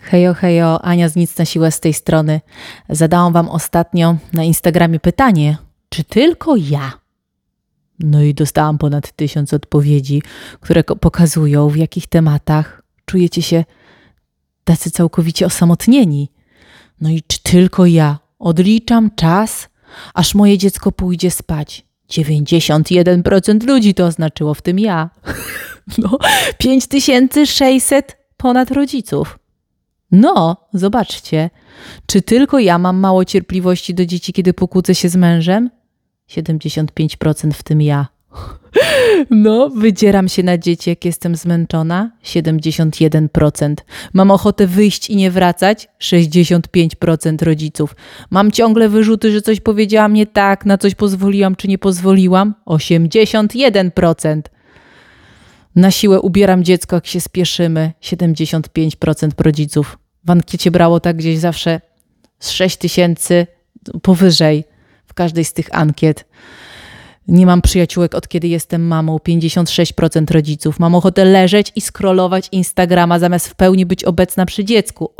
Hejo, hejo, Ania z Nic na Siłę z tej strony. Zadałam wam ostatnio na Instagramie pytanie, czy tylko ja? No i dostałam ponad 1000 odpowiedzi, które pokazują, w jakich tematach czujecie się tacy całkowicie osamotnieni. No i czy tylko ja? Odliczam czas, aż moje dziecko pójdzie spać. 91% ludzi to oznaczyło, w tym ja. No, 5600 ponad rodziców. No, zobaczcie, czy tylko ja mam mało cierpliwości do dzieci, kiedy pokłócę się z mężem? 75% w tym ja. No, wydzieram się na dzieci, jak jestem zmęczona? 71%. Mam ochotę wyjść i nie wracać? 65% rodziców. Mam ciągle wyrzuty, że coś powiedziałam nie tak, na coś pozwoliłam czy nie pozwoliłam? 81%. Na siłę ubieram dziecko, jak się spieszymy. 75% rodziców. W ankiecie brało tak gdzieś zawsze z 6000 powyżej w każdej z tych ankiet. Nie mam przyjaciółek od kiedy jestem mamą. 56% rodziców. Mam ochotę leżeć i scrollować Instagrama zamiast w pełni być obecna przy dziecku.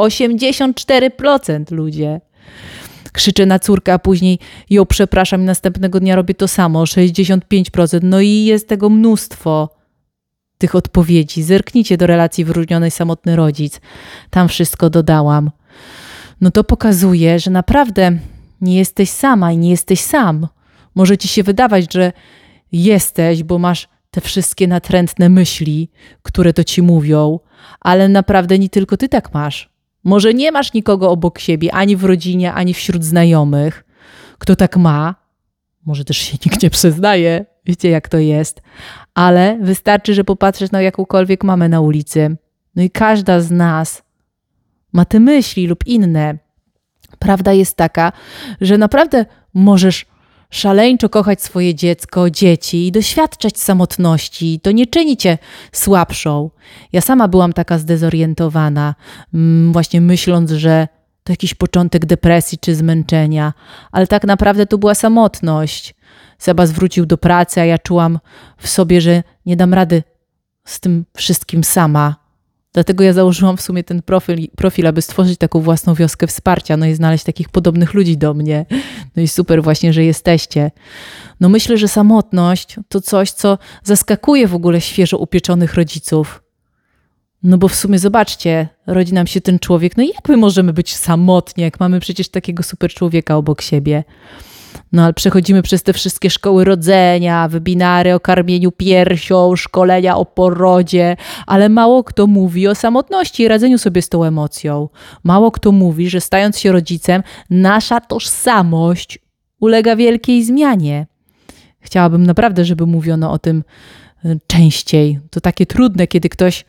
84% ludzie. Krzyczę na córkę, a później ją przepraszam i następnego dnia robię to samo. 65%. No i jest tego mnóstwo tych odpowiedzi. Zerknijcie do relacji wyróżnionej samotny rodzic. Tam wszystko dodałam. No to pokazuje, że naprawdę nie jesteś sama i nie jesteś sam. Może ci się wydawać, że jesteś, bo masz te wszystkie natrętne myśli, które to ci mówią, ale naprawdę nie tylko ty tak masz. Może nie masz nikogo obok siebie, ani w rodzinie, ani wśród znajomych, kto tak ma. Może też się nikt nie przyznaje. Wiecie, jak to jest. Ale wystarczy, że popatrzysz na jakąkolwiek mamę na ulicy. No i każda z nas ma te myśli lub inne. Prawda jest taka, że naprawdę możesz szaleńczo kochać swoje dziecko, dzieci i doświadczać samotności. To nie czyni cię słabszą. Ja sama byłam taka zdezorientowana, właśnie myśląc, że to jakiś początek depresji czy zmęczenia, ale tak naprawdę to była samotność. Sebas wrócił do pracy, a ja czułam w sobie, że nie dam rady z tym wszystkim sama. Dlatego ja założyłam w sumie ten profil, aby stworzyć taką własną wioskę wsparcia, no i znaleźć takich podobnych ludzi do mnie. No i super właśnie, że jesteście. No myślę, że samotność to coś, co zaskakuje w ogóle świeżo upieczonych rodziców. No bo w sumie zobaczcie, rodzi nam się ten człowiek, no i jak my możemy być samotni, jak mamy przecież takiego super człowieka obok siebie? No ale przechodzimy przez te wszystkie szkoły rodzenia, webinary o karmieniu piersią, szkolenia o porodzie, ale mało kto mówi o samotności i radzeniu sobie z tą emocją. Mało kto mówi, że stając się rodzicem, nasza tożsamość ulega wielkiej zmianie. Chciałabym naprawdę, żeby mówiono o tym częściej. To takie trudne, kiedy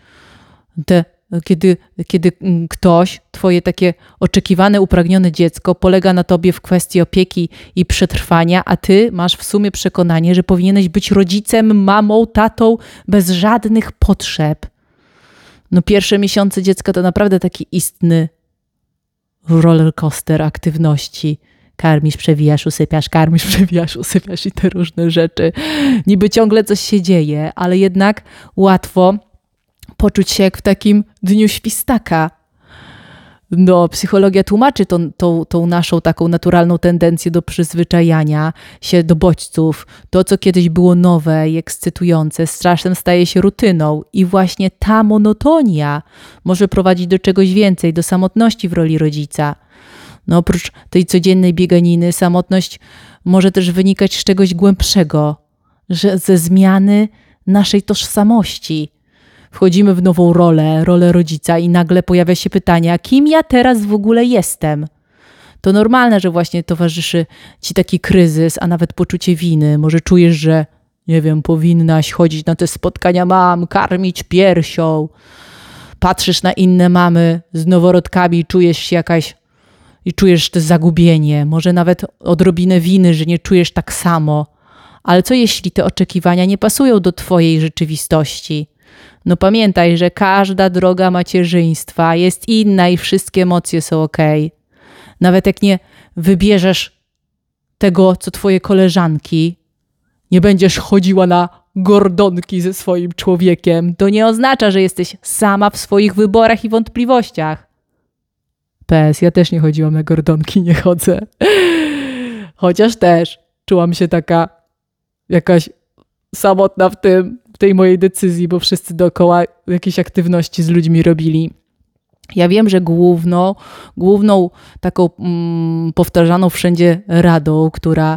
ktoś, twoje takie oczekiwane, upragnione dziecko polega na tobie w kwestii opieki i przetrwania, a ty masz w sumie przekonanie, że powinieneś być rodzicem, mamą, tatą bez żadnych potrzeb. No pierwsze miesiące dziecka to naprawdę taki istny rollercoaster aktywności. Karmisz, przewijasz, usypiasz, karmisz, przewijasz, usypiasz i te różne rzeczy. Niby ciągle coś się dzieje, ale jednak łatwo poczuć się jak w takim dniu świstaka. No, psychologia tłumaczy tą naszą taką naturalną tendencję do przyzwyczajania się do bodźców. To, co kiedyś było nowe i ekscytujące, z czasem staje się rutyną i właśnie ta monotonia może prowadzić do czegoś więcej, do samotności w roli rodzica. No, oprócz tej codziennej bieganiny, samotność może też wynikać z czegoś głębszego, ze zmiany naszej tożsamości. Wchodzimy w nową rolę rodzica i nagle pojawia się pytanie, a kim ja teraz w ogóle jestem? To normalne, że właśnie towarzyszy ci taki kryzys, a nawet poczucie winy. Może czujesz, że nie wiem, powinnaś chodzić na te spotkania mam, karmić piersią. Patrzysz na inne mamy z noworodkami i czujesz się czujesz to zagubienie. Może nawet odrobinę winy, że nie czujesz tak samo. Ale co jeśli te oczekiwania nie pasują do twojej rzeczywistości? No pamiętaj, że każda droga macierzyństwa jest inna i wszystkie emocje są okej. Nawet jak nie wybierzesz tego, co twoje koleżanki, nie będziesz chodziła na gordonki ze swoim człowiekiem, to nie oznacza, że jesteś sama w swoich wyborach i wątpliwościach. PS, ja też nie chodziłam na gordonki, nie chodzę. Chociaż też czułam się taka jakaś samotna w tej mojej decyzji, bo wszyscy dookoła jakieś aktywności z ludźmi robili. Ja wiem, że główną taką powtarzaną wszędzie radą, która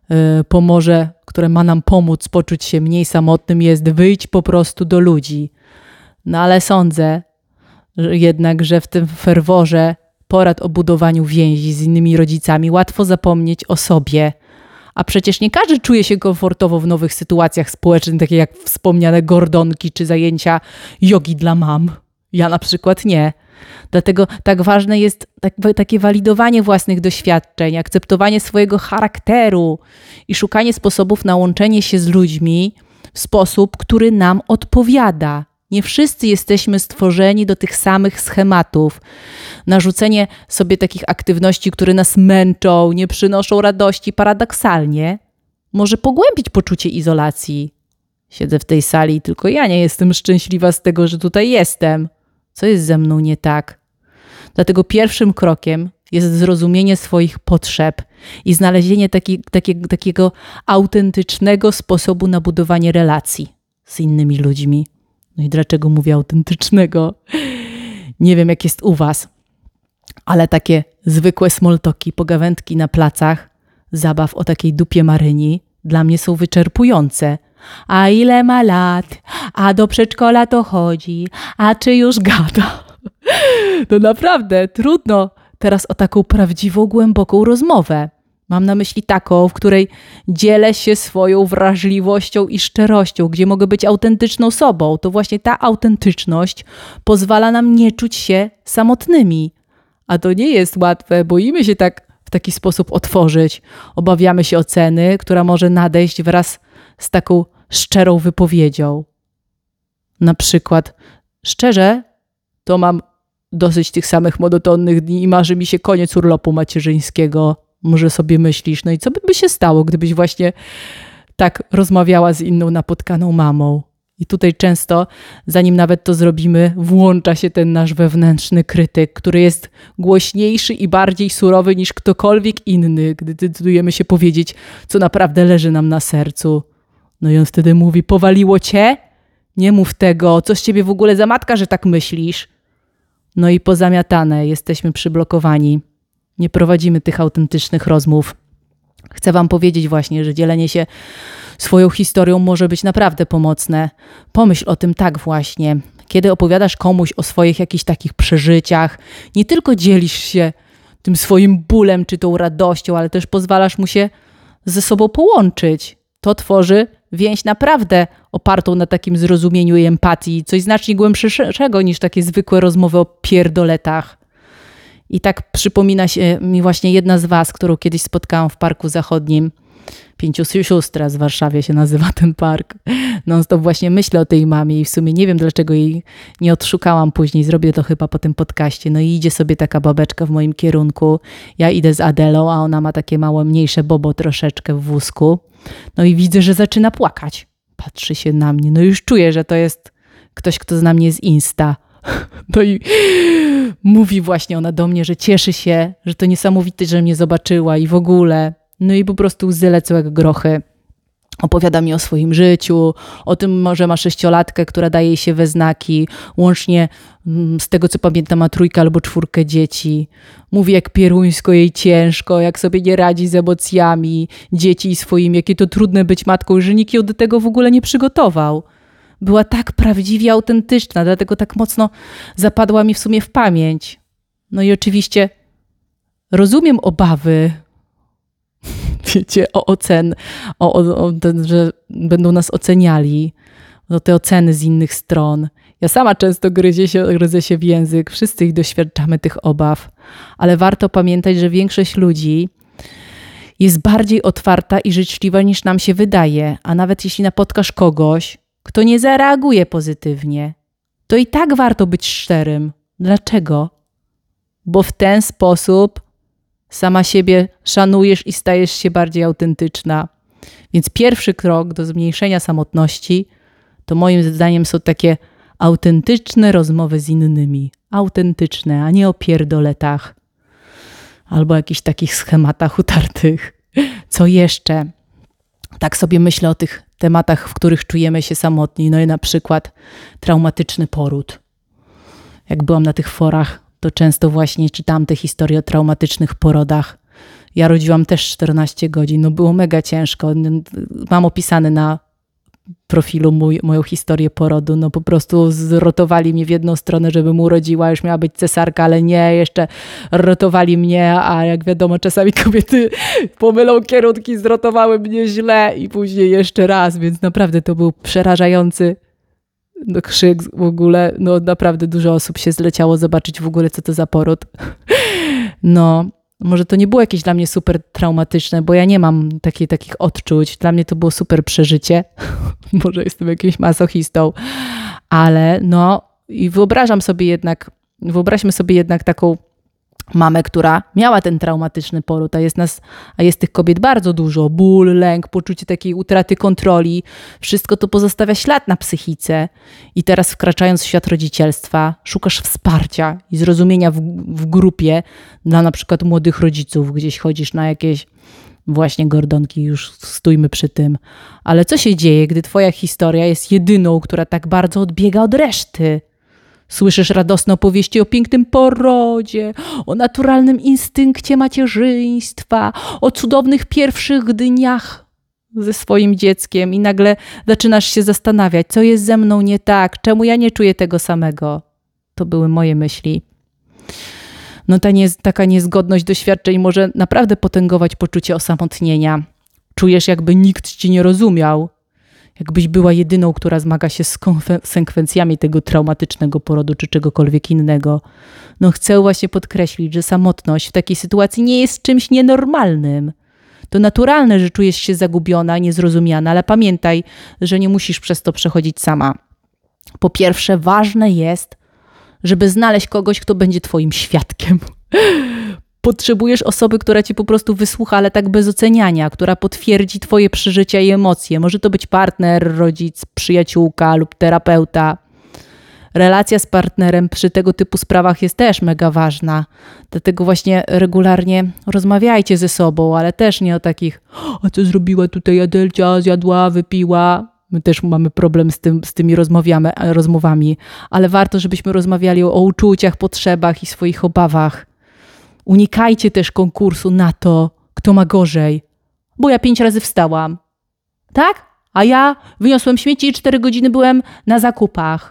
która ma nam pomóc poczuć się mniej samotnym, jest wyjść po prostu do ludzi. No ale sądzę jednak, że w tym ferworze porad o budowaniu więzi z innymi rodzicami łatwo zapomnieć o sobie. A przecież nie każdy czuje się komfortowo w nowych sytuacjach społecznych, takie jak wspomniane gordonki czy zajęcia jogi dla mam. Ja na przykład nie. Dlatego tak ważne jest takie walidowanie własnych doświadczeń, akceptowanie swojego charakteru i szukanie sposobów na łączenie się z ludźmi w sposób, który nam odpowiada. Nie wszyscy jesteśmy stworzeni do tych samych schematów. Narzucenie sobie takich aktywności, które nas męczą, nie przynoszą radości, paradoksalnie może pogłębić poczucie izolacji. Siedzę w tej sali i tylko ja nie jestem szczęśliwa z tego, że tutaj jestem. Co jest ze mną nie tak? Dlatego pierwszym krokiem jest zrozumienie swoich potrzeb i znalezienie takiego autentycznego sposobu na budowanie relacji z innymi ludźmi. No i dlaczego mówię autentycznego? Nie wiem, jak jest u was, ale takie zwykłe small talki, pogawędki na placach, zabaw o takiej dupie Maryni dla mnie są wyczerpujące. A ile ma lat? A do przedszkola to chodzi? A czy już gada? No naprawdę, trudno teraz o taką prawdziwą, głęboką rozmowę. Mam na myśli taką, w której dzielę się swoją wrażliwością i szczerością, gdzie mogę być autentyczną sobą. To właśnie ta autentyczność pozwala nam nie czuć się samotnymi. A to nie jest łatwe, boimy się tak w taki sposób otworzyć. Obawiamy się oceny, która może nadejść wraz z taką szczerą wypowiedzią. Na przykład, szczerze, to mam dosyć tych samych monotonnych dni i marzy mi się koniec urlopu macierzyńskiego. Może sobie myślisz, no i co by się stało, gdybyś właśnie tak rozmawiała z inną napotkaną mamą? I tutaj często, zanim nawet to zrobimy, włącza się ten nasz wewnętrzny krytyk, który jest głośniejszy i bardziej surowy niż ktokolwiek inny, gdy decydujemy się powiedzieć, co naprawdę leży nam na sercu. No i on wtedy mówi, powaliło cię? Nie mów tego, co z ciebie w ogóle za matka, że tak myślisz? No i pozamiatane, jesteśmy przyblokowani. Nie prowadzimy tych autentycznych rozmów. Chcę wam powiedzieć właśnie, że dzielenie się swoją historią może być naprawdę pomocne. Pomyśl o tym tak właśnie. Kiedy opowiadasz komuś o swoich jakichś takich przeżyciach, nie tylko dzielisz się tym swoim bólem czy tą radością, ale też pozwalasz mu się ze sobą połączyć. To tworzy więź naprawdę opartą na takim zrozumieniu i empatii, coś znacznie głębszego niż takie zwykłe rozmowy o pierdoletach. I tak przypomina się mi właśnie jedna z was, którą kiedyś spotkałam w Parku Zachodnim. 5 sióstr, z Warszawie się nazywa ten park. Non-stop właśnie myślę o tej mamie i w sumie nie wiem, dlaczego jej nie odszukałam później. Zrobię to chyba po tym podcaście. No i idzie sobie taka babeczka w moim kierunku. Ja idę z Adelą, a ona ma takie małe, mniejsze bobo troszeczkę w wózku. No i widzę, że zaczyna płakać. Patrzy się na mnie. No już czuję, że to jest ktoś, kto zna mnie z Insta. No i mówi właśnie ona do mnie, że cieszy się, że to niesamowite, że mnie zobaczyła i w ogóle. No i po prostu łzy lecą jak grochy. Opowiada mi o swoim życiu, o tym, że ma 6-latkę, która daje jej się we znaki. Łącznie z tego, co pamiętam, ma 3 albo 4 dzieci. Mówi, jak pieruńsko jej ciężko, jak sobie nie radzi z emocjami dzieci swoimi, jakie to trudne być matką, że nikt ją do tego w ogóle nie przygotował. Była tak prawdziwie autentyczna, dlatego tak mocno zapadła mi w sumie w pamięć. No i oczywiście rozumiem obawy, wiecie, o ocen, że będą nas oceniali, o te oceny z innych stron. Ja sama często gryzę się w język, wszyscy ich doświadczamy, tych obaw, ale warto pamiętać, że większość ludzi jest bardziej otwarta i życzliwa niż nam się wydaje, a nawet jeśli napotkasz kogoś, kto nie zareaguje pozytywnie, to i tak warto być szczerym. Dlaczego? Bo w ten sposób sama siebie szanujesz i stajesz się bardziej autentyczna. Więc pierwszy krok do zmniejszenia samotności to moim zdaniem są takie autentyczne rozmowy z innymi. Autentyczne, a nie o pierdoletach. albo jakichś takich schematach utartych. Co jeszcze? Tak sobie myślę o tych tematach, w których czujemy się samotni. No i na przykład traumatyczny poród. Jak byłam na tych forach, to często właśnie czytałam te historie o traumatycznych porodach. Ja rodziłam też 14 godzin, no było mega ciężko. Mam opisane na profilu moją historię porodu. No po prostu zrotowali mnie w jedną stronę, żebym urodziła. Już miała być cesarka, ale nie, jeszcze rotowali mnie, a jak wiadomo, czasami kobiety pomylą kierunki, zrotowały mnie źle i później jeszcze raz, więc naprawdę to był przerażający krzyk w ogóle. No naprawdę dużo osób się zleciało zobaczyć w ogóle, co to za poród. No, może to nie było jakieś dla mnie super traumatyczne, bo ja nie mam takich odczuć. Dla mnie to było super przeżycie. Może jestem jakimś masochistą, ale no i wyobraźmy sobie jednak taką mamę, która miała ten traumatyczny poród, a jest tych kobiet bardzo dużo. Ból, lęk, poczucie takiej utraty kontroli. Wszystko to pozostawia ślad na psychice. I teraz wkraczając w świat rodzicielstwa, szukasz wsparcia i zrozumienia w grupie dla na przykład młodych rodziców. Gdzieś chodzisz na jakieś właśnie gordonki, już stójmy przy tym. Ale co się dzieje, gdy twoja historia jest jedyną, która tak bardzo odbiega od reszty? Słyszysz radosne opowieści o pięknym porodzie, o naturalnym instynkcie macierzyństwa, o cudownych pierwszych dniach ze swoim dzieckiem i nagle zaczynasz się zastanawiać, co jest ze mną nie tak, czemu ja nie czuję tego samego. To były moje myśli. No taka niezgodność doświadczeń może naprawdę potęgować poczucie osamotnienia. Czujesz, jakby nikt ci nie rozumiał. Jakbyś była jedyną, która zmaga się z konsekwencjami tego traumatycznego porodu czy czegokolwiek innego. No chcę właśnie podkreślić, że samotność w takiej sytuacji nie jest czymś nienormalnym. To naturalne, że czujesz się zagubiona, niezrozumiana, ale pamiętaj, że nie musisz przez to przechodzić sama. Po pierwsze, ważne jest, żeby znaleźć kogoś, kto będzie twoim świadkiem. Potrzebujesz osoby, która cię po prostu wysłucha, ale tak bez oceniania, która potwierdzi twoje przeżycia i emocje. Może to być partner, rodzic, przyjaciółka lub terapeuta. Relacja z partnerem przy tego typu sprawach jest też mega ważna. Dlatego właśnie regularnie rozmawiajcie ze sobą, ale też nie o takich, a co zrobiła tutaj Adelcia, zjadła, wypiła. My też mamy problem z tymi rozmowami, ale warto, żebyśmy rozmawiali o uczuciach, potrzebach i swoich obawach. Unikajcie też konkursu na to, kto ma gorzej. Bo ja 5 razy wstałam. Tak? A ja wyniosłem śmieci i 4 godziny byłem na zakupach.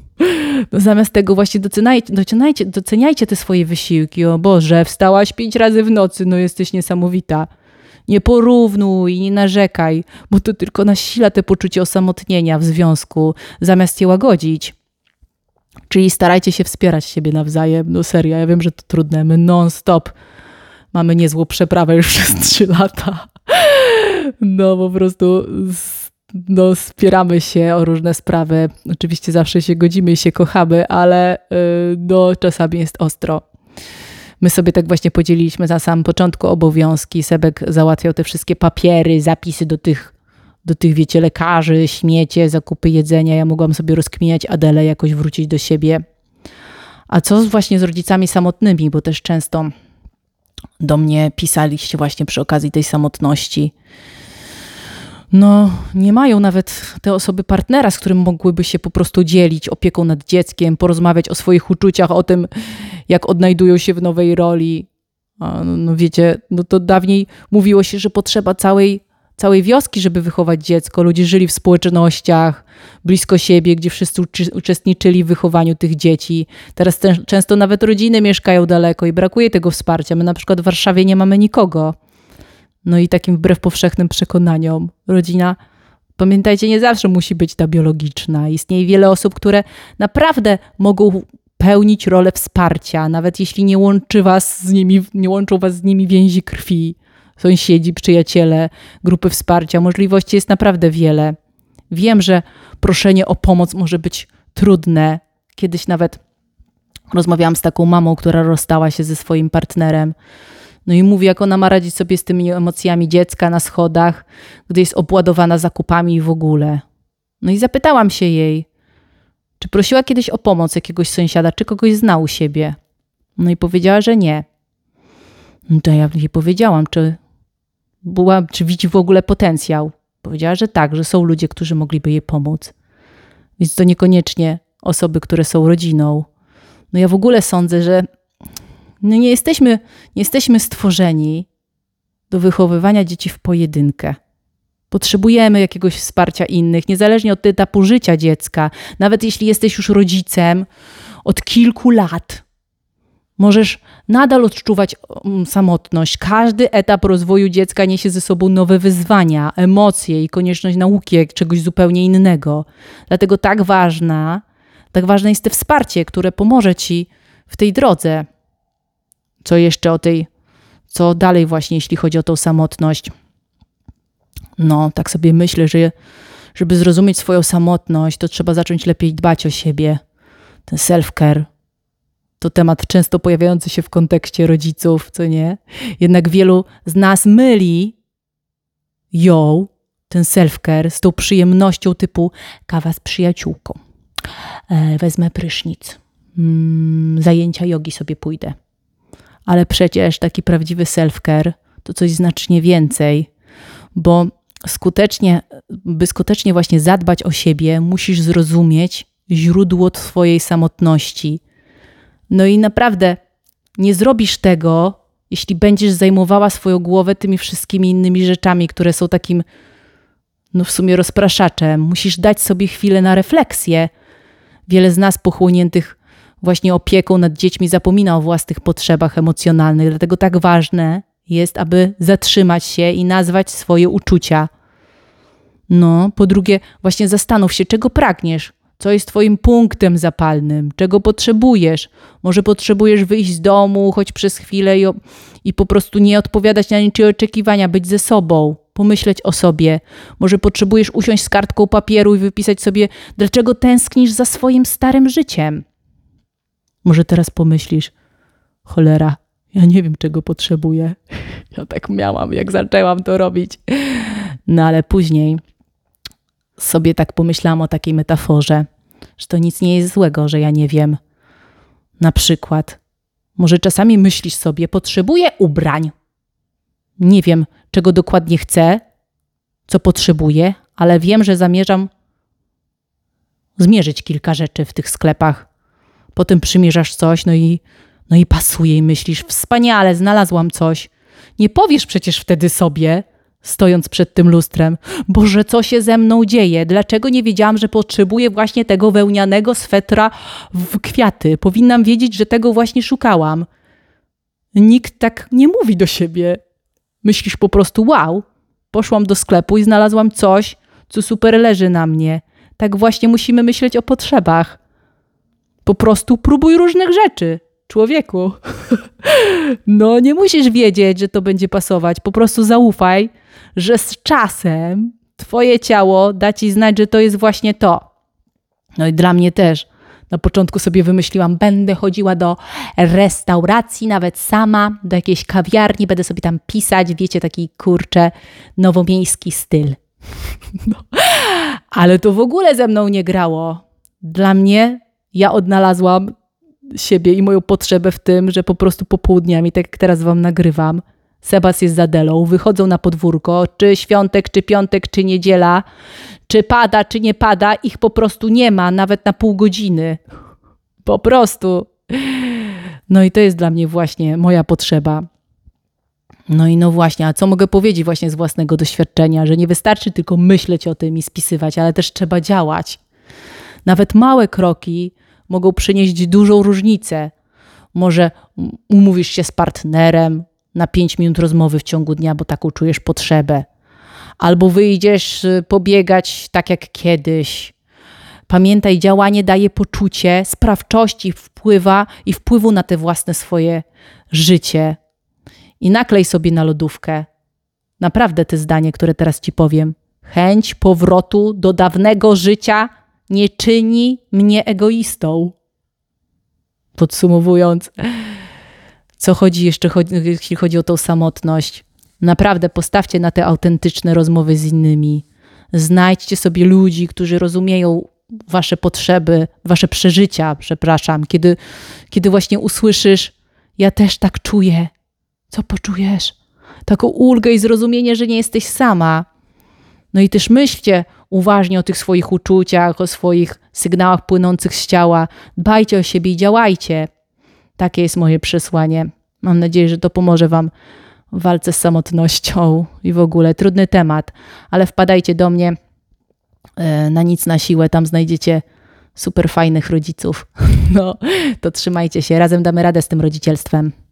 No zamiast tego właśnie doceniajcie te swoje wysiłki. O Boże, wstałaś 5 razy w nocy, no jesteś niesamowita. Nie porównuj, nie narzekaj, bo to tylko nasila te poczucie osamotnienia w związku, zamiast je łagodzić. Czyli starajcie się wspierać siebie nawzajem. No serio, ja wiem, że to trudne. My non-stop mamy niezłą przeprawę już przez 3 lata. No po prostu wspieramy się o różne sprawy. Oczywiście zawsze się godzimy i się kochamy, ale czasami jest ostro. My sobie tak właśnie podzieliliśmy na samym początku obowiązki. Sebek załatwiał te wszystkie papiery, zapisy do tych, wiecie, lekarzy, śmiecie, zakupy jedzenia. Ja mogłam sobie rozkminiać Adelę, jakoś wrócić do siebie. A co właśnie z rodzicami samotnymi, bo też często do mnie pisaliście właśnie przy okazji tej samotności. No, nie mają nawet te osoby partnera, z którym mogłyby się po prostu dzielić opieką nad dzieckiem, porozmawiać o swoich uczuciach, o tym, jak odnajdują się w nowej roli. No wiecie, no to dawniej mówiło się, że potrzeba całej wioski, żeby wychować dziecko. Ludzie żyli w społecznościach, blisko siebie, gdzie wszyscy uczestniczyli w wychowaniu tych dzieci. Teraz często nawet rodziny mieszkają daleko i brakuje tego wsparcia. My na przykład w Warszawie nie mamy nikogo. No i takim wbrew powszechnym przekonaniom rodzina, pamiętajcie, nie zawsze musi być ta biologiczna. Istnieje wiele osób, które naprawdę mogą pełnić rolę wsparcia, nawet jeśli nie łączą was z nimi więzi krwi. Sąsiedzi, przyjaciele, grupy wsparcia. Możliwości jest naprawdę wiele. Wiem, że proszenie o pomoc może być trudne. Kiedyś nawet rozmawiałam z taką mamą, która rozstała się ze swoim partnerem. No i mówi, jak ona ma radzić sobie z tymi emocjami dziecka na schodach, gdy jest obładowana zakupami i w ogóle. No i zapytałam się jej, czy prosiła kiedyś o pomoc jakiegoś sąsiada, czy kogoś zna u siebie. No i powiedziała, że nie. No to ja jej powiedziałam, czy widzi w ogóle potencjał. Powiedziała, że tak, że są ludzie, którzy mogliby jej pomóc. Więc to niekoniecznie osoby, które są rodziną. No ja w ogóle sądzę, że nie jesteśmy stworzeni do wychowywania dzieci w pojedynkę. Potrzebujemy jakiegoś wsparcia innych, niezależnie od etapu życia dziecka. Nawet jeśli jesteś już rodzicem od kilku lat, możesz nadal odczuwać samotność. Każdy etap rozwoju dziecka niesie ze sobą nowe wyzwania, emocje i konieczność nauki czegoś zupełnie innego. Dlatego tak ważne jest to wsparcie, które pomoże ci w tej drodze. Co dalej właśnie, jeśli chodzi o tą samotność? No, tak sobie myślę, że żeby zrozumieć swoją samotność, to trzeba zacząć lepiej dbać o siebie. Ten self-care to temat często pojawiający się w kontekście rodziców, co nie? Jednak wielu z nas myli ten self-care z tą przyjemnością typu kawa z przyjaciółką. Wezmę prysznic. Zajęcia jogi sobie pójdę. Ale przecież taki prawdziwy self-care to coś znacznie więcej, bo by skutecznie właśnie zadbać o siebie, musisz zrozumieć źródło twojej samotności. No i naprawdę nie zrobisz tego, jeśli będziesz zajmowała swoją głowę tymi wszystkimi innymi rzeczami, które są takim, w sumie rozpraszaczem. Musisz dać sobie chwilę na refleksję. Wiele z nas pochłoniętych właśnie opieką nad dziećmi zapomina o własnych potrzebach emocjonalnych, dlatego tak ważne jest, aby zatrzymać się i nazwać swoje uczucia. Po drugie, właśnie zastanów się, czego pragniesz, co jest twoim punktem zapalnym, czego potrzebujesz. Może potrzebujesz wyjść z domu, choć przez chwilę i po prostu nie odpowiadać na niczyje oczekiwania, być ze sobą, pomyśleć o sobie. Może potrzebujesz usiąść z kartką papieru i wypisać sobie, dlaczego tęsknisz za swoim starym życiem. Może teraz pomyślisz, cholera, ja nie wiem, czego potrzebuję. Ja tak miałam, jak zaczęłam to robić. Ale później sobie tak pomyślałam o takiej metaforze, że to nic nie jest złego, że ja nie wiem. Na przykład, może czasami myślisz sobie, potrzebuję ubrań. Nie wiem, czego dokładnie chcę, co potrzebuję, ale wiem, że zamierzam zmierzyć kilka rzeczy w tych sklepach. Potem przymierzasz coś, no i pasuje i myślisz, wspaniale, znalazłam coś. Nie powiesz przecież wtedy sobie, stojąc przed tym lustrem, Boże, co się ze mną dzieje? Dlaczego nie wiedziałam, że potrzebuję właśnie tego wełnianego swetra w kwiaty? Powinnam wiedzieć, że tego właśnie szukałam. Nikt tak nie mówi do siebie. Myślisz po prostu, wow, poszłam do sklepu i znalazłam coś, co super leży na mnie. Tak właśnie musimy myśleć o potrzebach. Po prostu próbuj różnych rzeczy, człowieku. Nie musisz wiedzieć, że to będzie pasować. Po prostu zaufaj, że z czasem twoje ciało da ci znać, że to jest właśnie to. I dla mnie też. Na początku sobie wymyśliłam, będę chodziła do restauracji, nawet sama, do jakiejś kawiarni, będę sobie tam pisać, wiecie, taki nowomiejski styl. Ale to w ogóle ze mną nie grało. Dla mnie ja odnalazłam siebie i moją potrzebę w tym, że po prostu popołudniami, tak jak teraz wam nagrywam, Sebas jest z Adelą, wychodzą na podwórko, czy świątek, czy piątek, czy niedziela, czy pada, czy nie pada, ich po prostu nie ma, nawet na pół godziny. Po prostu. I to jest dla mnie właśnie moja potrzeba. Właśnie, a co mogę powiedzieć właśnie z własnego doświadczenia, że nie wystarczy tylko myśleć o tym i spisywać, ale też trzeba działać. Nawet małe kroki mogą przynieść dużą różnicę. Może umówisz się z partnerem na 5 minut rozmowy w ciągu dnia, bo taką czujesz potrzebę. Albo wyjdziesz pobiegać tak jak kiedyś. Pamiętaj, działanie daje poczucie sprawczości, wpływu na te własne swoje życie. I naklej sobie na lodówkę naprawdę te zdanie, które teraz ci powiem. Chęć powrotu do dawnego życia nie czyni mnie egoistą. Podsumowując, co chodzi jeszcze, jeśli chodzi o tą samotność. Naprawdę postawcie na te autentyczne rozmowy z innymi. Znajdźcie sobie ludzi, którzy rozumieją wasze potrzeby, wasze przeżycia, kiedy właśnie usłyszysz, ja też tak czuję. Co poczujesz? Taką ulgę i zrozumienie, że nie jesteś sama. No i też myślcie uważnie o tych swoich uczuciach, o swoich sygnałach płynących z ciała. Dbajcie o siebie i działajcie. Takie jest moje przesłanie. Mam nadzieję, że to pomoże wam w walce z samotnością i w ogóle trudny temat, ale wpadajcie do mnie na Nic na siłę, tam znajdziecie super fajnych rodziców. No, to trzymajcie się, razem damy radę z tym rodzicielstwem.